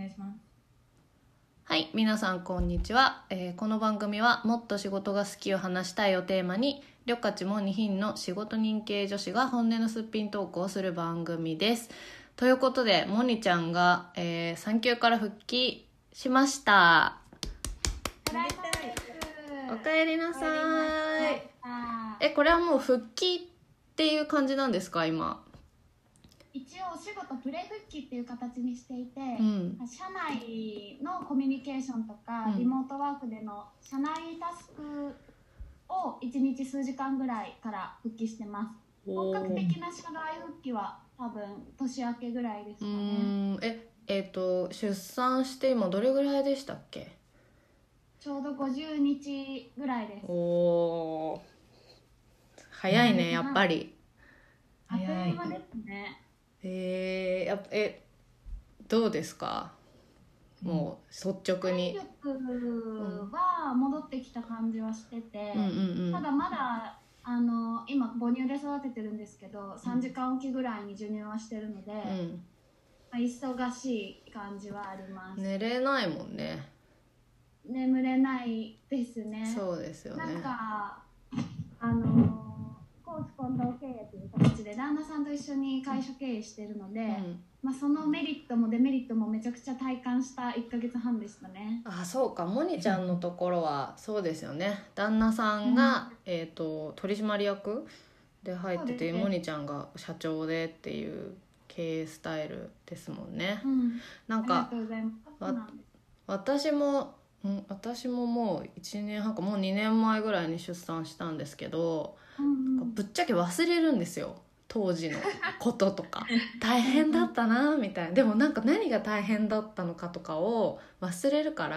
いします。 はい、皆さんこんにちは。この番組はもっと仕事が好きを話したいをテーマに、りょっかちも2品の仕事認定女子が本音のすっぴんトークをする番組です。ということで、もにちゃんが、産休から復帰しました。おかえりなさい。これはもう復帰っていう感じなんですか、今？ 一応お仕事プレ復帰っていう形にしていて、社内のコミュニケーションとか、リモートワークでの社内タスクを1日数時間ぐらいから復帰してます。本格的な社外復帰は多分年明けぐらいですかね。 出産して今どれぐらいでしたっけ？ ちょうど50日ぐらいです。 おー、早いね、やっぱり。 あっという間ですね。 どうですか？もう率直に。 体力は戻ってきた感じはしてて、ただまだ今母乳で育ててるんですけど、3時間おきぐらいに授乳はしてるので、忙しい感じはあります。 寝れないもんね。 眠れないですね。 そうですよね。 なんか公私混同経営という形で旦那さんと一緒に会社経営してるので、そのメリットもデメリットもめちゃくちゃ体感した1ヶ月半でしたね。 あ、そうか、もにちゃんのところはそうですよね。旦那さんが、取締役で入ってて、もにちゃんが社長でっていう経営スタイルですもんね。なんか私ももう1年半かもう2年前ぐらいに出産したんですけど、ぶっちゃけ忘れるんですよ、当時のこととか大変だったなみたいな。でもなんか何が大変だったのかとかを忘れるから、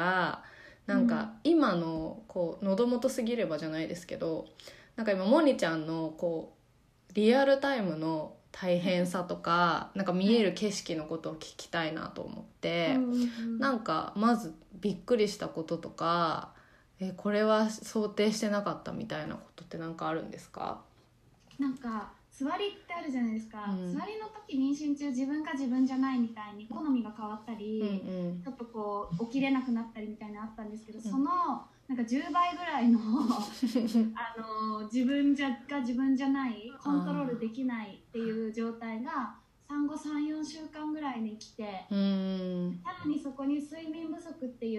なんか今のこう喉元すぎればじゃないですけど、なんか今もにちゃんのこうリアルタイムの大変さとか、なんか見える景色のことを聞きたいなと思って、なんかまずびっくりしたこととか、これは想定してなかったみたいなことって何かあるんですか？ なんか座りってあるじゃないですか、座りの時妊娠中自分が自分じゃないみたいに好みが変わったり、ちょっとこう起きれなくなったりみたいなのあったんですけど、そのなんか10倍ぐらいの自分が自分じゃない、コントロールできないっていう状態が産後 3,4 週間ぐらいに来て、さらにそこに睡眠不足っていう、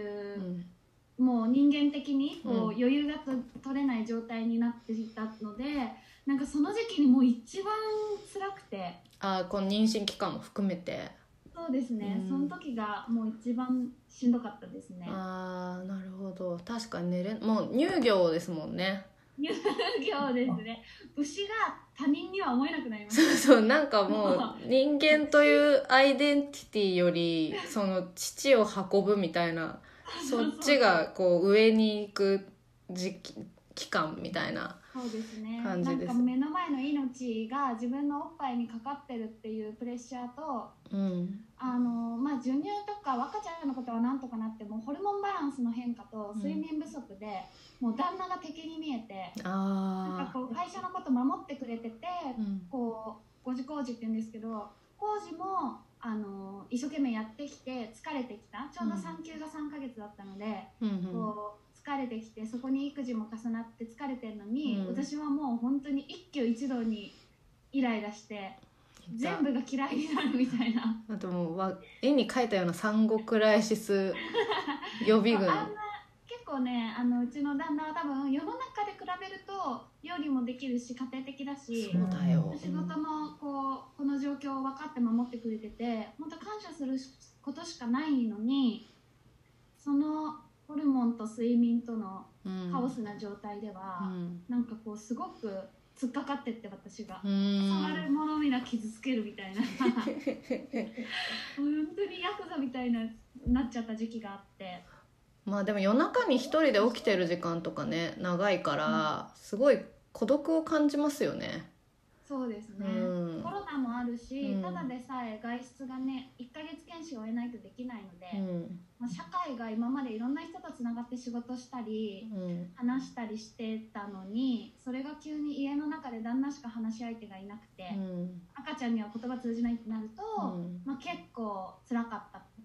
もう人間的にこう余裕が取れない状態になっていたので、なんかその時期にもう一番辛くて、 この妊娠期間も含めて。 そうですね、その時がもう一番しんどかったですね。 なるほど。確かにもう乳業ですもんね。 乳業ですね。牛が他人には思えなくなりました。 そうなんかもう人間というアイデンティティよりその乳を運ぶみたいなそっちがこう上に行く期間みたいな感じです。 なんか目の前の命が自分のおっぱいにかかってるっていうプレッシャーと、授乳とか赤ちゃんのことはなんとかなっても、ホルモンバランスの変化と睡眠不足で、もう旦那が敵に見えて、なんかこう会社のこと守ってくれてて、こう5時工事って言うんですけど、工事も一生懸命やってきて疲れてきた、ちょうど産休が3ヶ月だったので、こう疲れてきて、そこに育児も重なって疲れてるのに、私はもう本当に一挙一動にイライラして全部が嫌いになるみたいな。 あともう絵に描いたような産後クライシス予備軍結構ね、うちの旦那は多分世の中で比べると料理もできるし家庭的だし、 そうだよ、 仕事のこの状況を分かって守ってくれてて、本当感謝することしかないのに、そのホルモンと睡眠とのカオスな状態では、なんかこうすごく突っかかってって、私が触るものみな傷つけるみたいな本当にヤクザみたいななっちゃった時期があって。 でも夜中に一人で起きてる時間とかね長いから、すごい孤独を感じますよね。 そうですね、コロナもあるし、ただでさえ外出がね1ヶ月検診を終えないとできないので、社会が今までいろんな人とつながって仕事したり、話したりしてたのに、それが急に家の中で旦那しか話し相手がいなくて、赤ちゃんには言葉通じないってなると、結構辛かった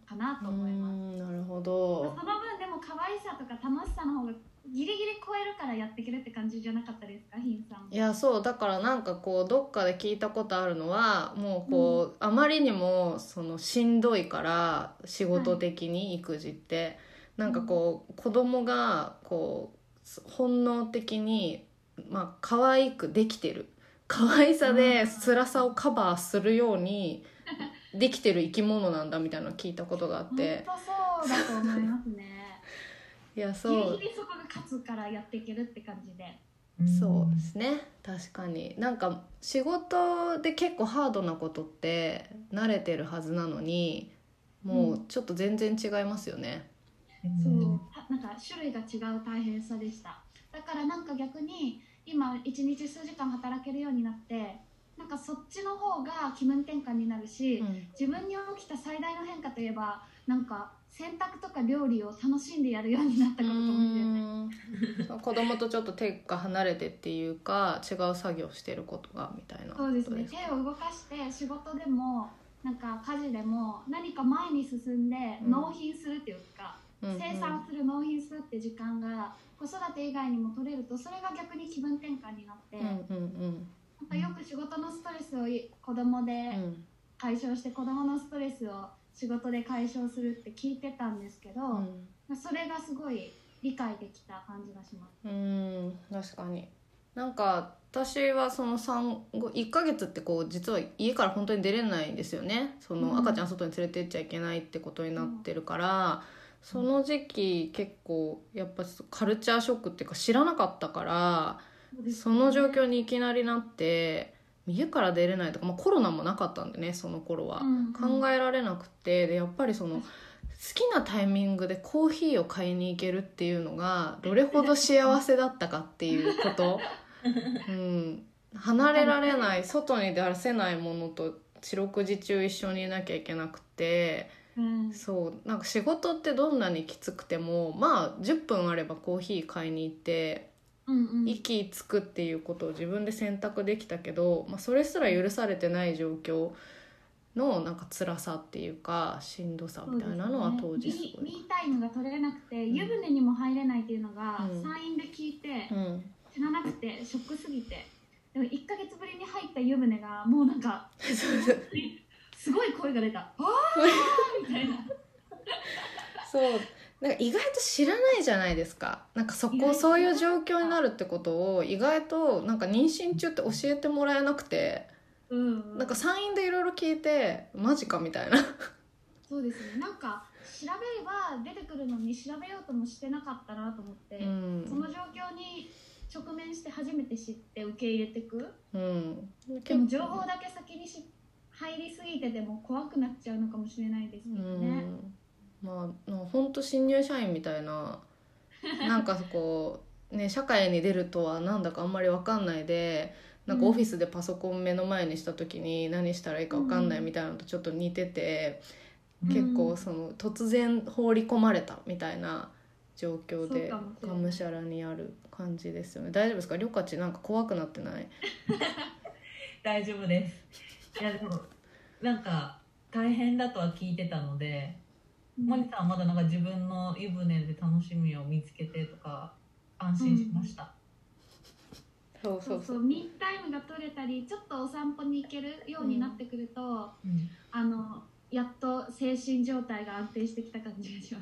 かなと思います。 なるほど。 その分でも可愛さとか楽しさの方がギリギリ超えるからやっていけるって感じじゃなかったですか、ひんさん。 いやそうだからなんかこうどっかで聞いたことあるのはもうこう、あまりにもそのしんどいから仕事的に育児って、なんかこう子供がこう本能的にまあ可愛くできてる、可愛さで辛さをカバーするようにできてる生き物なんだみたいなのを聞いたことがあって、 本当そうだと思いますね。 いやそうギリギリそこが勝つからやっていけるって感じで。 そうですね、確かになんか仕事で結構ハードなことって慣れてるはずなのにもうちょっと全然違いますよね、 そうなんか種類が違う大変さでした。だからなんか逆に今一日数時間働けるようになって、なんかそっちの方が気分転換になるし、自分に起きた最大の変化といえばなんか洗濯とか料理を楽しんでやるようになったことかもしれない。 子供とちょっと手が離れてっていうか違う作業してることがみたいな。 そうですね、手を動かして仕事でもなんか家事でも何か前に進んで納品するっていうか、生産する納品するって時間が子育て以外にも取れると、それが逆に気分転換になって、なんかよく仕事のストレスを子供で解消して、子供のストレスを仕事で解消するって聞いてたんですけど、それがすごい理解できた感じがします。 確かになんか私はその1ヶ月ってこう実は家から本当に出れないんですよね。その赤ちゃん外に連れてっちゃいけないってことになってるから、その時期結構やっぱカルチャーショックっていうか知らなかったから、その状況にいきなりなって家から出れないとか、コロナもなかったんでねその頃は、考えられなくて、でやっぱりその好きなタイミングでコーヒーを買いに行けるっていうのがどれほど幸せだったかっていうこと離れられない、外に出せないものと四六時中一緒にいなきゃいけなくて、そうなんか仕事ってどんなにきつくても10分あればコーヒー買いに行って息つくっていうことを自分で選択できたけど、それすら許されてない状況のなんか辛さっていうかしんどさみたいなのは当時すごい、 ミータイムが取れなくて湯船にも入れないっていうのが産院で聞いて、知らなくてショックすぎて、でも1ヶ月ぶりに入った湯船がもうなんかすごい声が出た、あーみたいなそうなんか意外と知らないじゃないですか。なんかそういう状況になるってことを意外となんか妊娠中って教えてもらえなくて、なんか産院でいろいろ聞いてマジかみたいなそうですね、なんか調べれば出てくるのに調べようともしてなかったなと思って、その状況に直面して初めて知って受け入れていく、でも情報だけ先に入りすぎてでも怖くなっちゃうのかもしれないですけどね。 本当新入社員みたいななんかこうね社会に出るとはなんだかあんまり分かんないで、なんかオフィスでパソコン目の前にした時に何したらいいか分かんないみたいなのとちょっと似てて、結構その突然放り込まれたみたいな状況でがむしゃらにやる感じですよね。大丈夫ですか、りょかちなんか怖くなってない大丈夫です。いやでもなんか大変だとは聞いてたので、モニさんはまだなんか自分の湯船で楽しみを見つけてとか安心しました、 そうミータイムが取れたりちょっとお散歩に行けるようになってくると、やっと精神状態が安定してきた感じがします。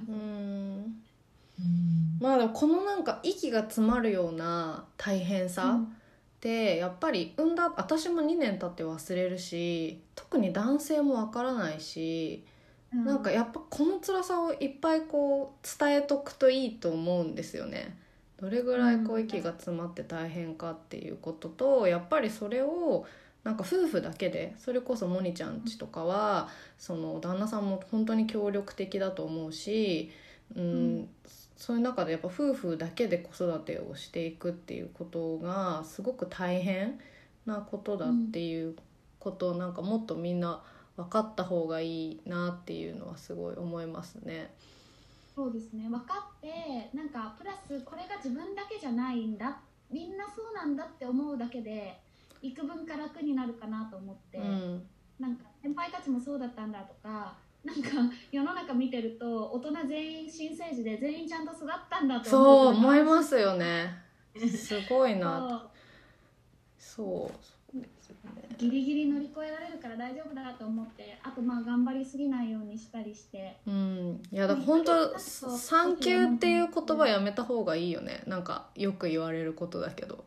でもこのなんか息が詰まるような大変さってやっぱり私も2年経って忘れるし、特に男性もわからないし、なんかやっぱこの辛さをいっぱいこう伝えとくといいと思うんですよね。どれぐらいこう息が詰まって大変かっていうことと、やっぱりそれをなんか夫婦だけで、それこそモニちゃんちとかはその旦那さんも本当に協力的だと思うし、そういう中でやっぱ夫婦だけで子育てをしていくっていうことがすごく大変なことだっていうことをなんかもっとみんな分かった方がいいなっていうのはすごい思いますね。 そうですね、分かってなんかプラスこれが自分だけじゃないんだ、みんなそうなんだって思うだけで幾分か楽になるかなと思って、なんか先輩たちもそうだったんだとか、 なんか世の中見てると大人全員新生児で全員ちゃんと育ったんだとそう思いますよね。すごいな。そうですよね。 ギリギリ乗り越えられるから大丈夫だと思って、あとまあ頑張りすぎないようにしたりして、 いやだから本当産休っていう言葉やめた方がいいよね。なんかよく言われることだけど、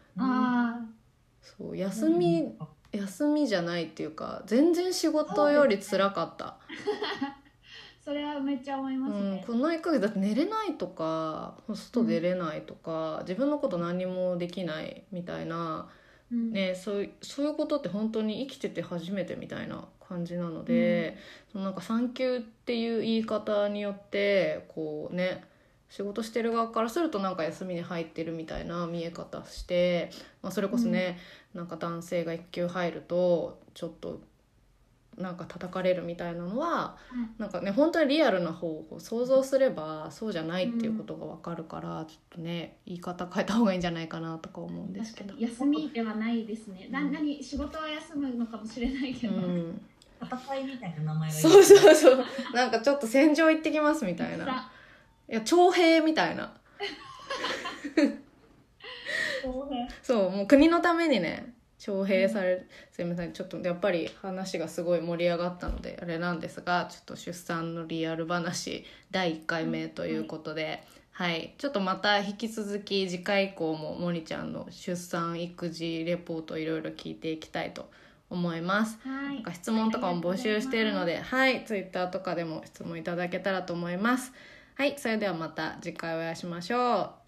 そう休みじゃないっていうか、全然仕事より辛かった。 それはめっちゃ思いますね。 この1ヶ月だって寝れないとか外出れないとか、自分のこと何もできないみたいな、ね、そういうことって本当に生きてて初めてみたいな感じなので、なんか産休っていう言い方によってこうね、仕事してる側からするとなんか休みに入ってるみたいな見え方して、それこそね、なんか男性が育休入るとちょっとなんか叩かれるみたいなのは、なんかね本当にリアルな方を想像すればそうじゃないっていうことが分かるから、ちょっとね言い方変えた方がいいんじゃないかなとか思うんですけど。 休みではないですね。何仕事は休むのかもしれないけど、 戦いみたいな名前がいい。 そうなんかちょっと戦場行ってきますみたいな、いや徴兵みたいなそうもう国のためにね徴兵される、すいませんちょっとやっぱり話がすごい盛り上がったのであれなんですが、ちょっと出産のリアル話第1回目ということで、はいちょっとまた引き続き次回以降もモニちゃんの出産育児レポートいろいろ聞いていきたいと思います。なんか質問とかも募集しているので、はいツイッターとかでも質問いただけたらと思います。はいそれではまた次回お会いしましょう。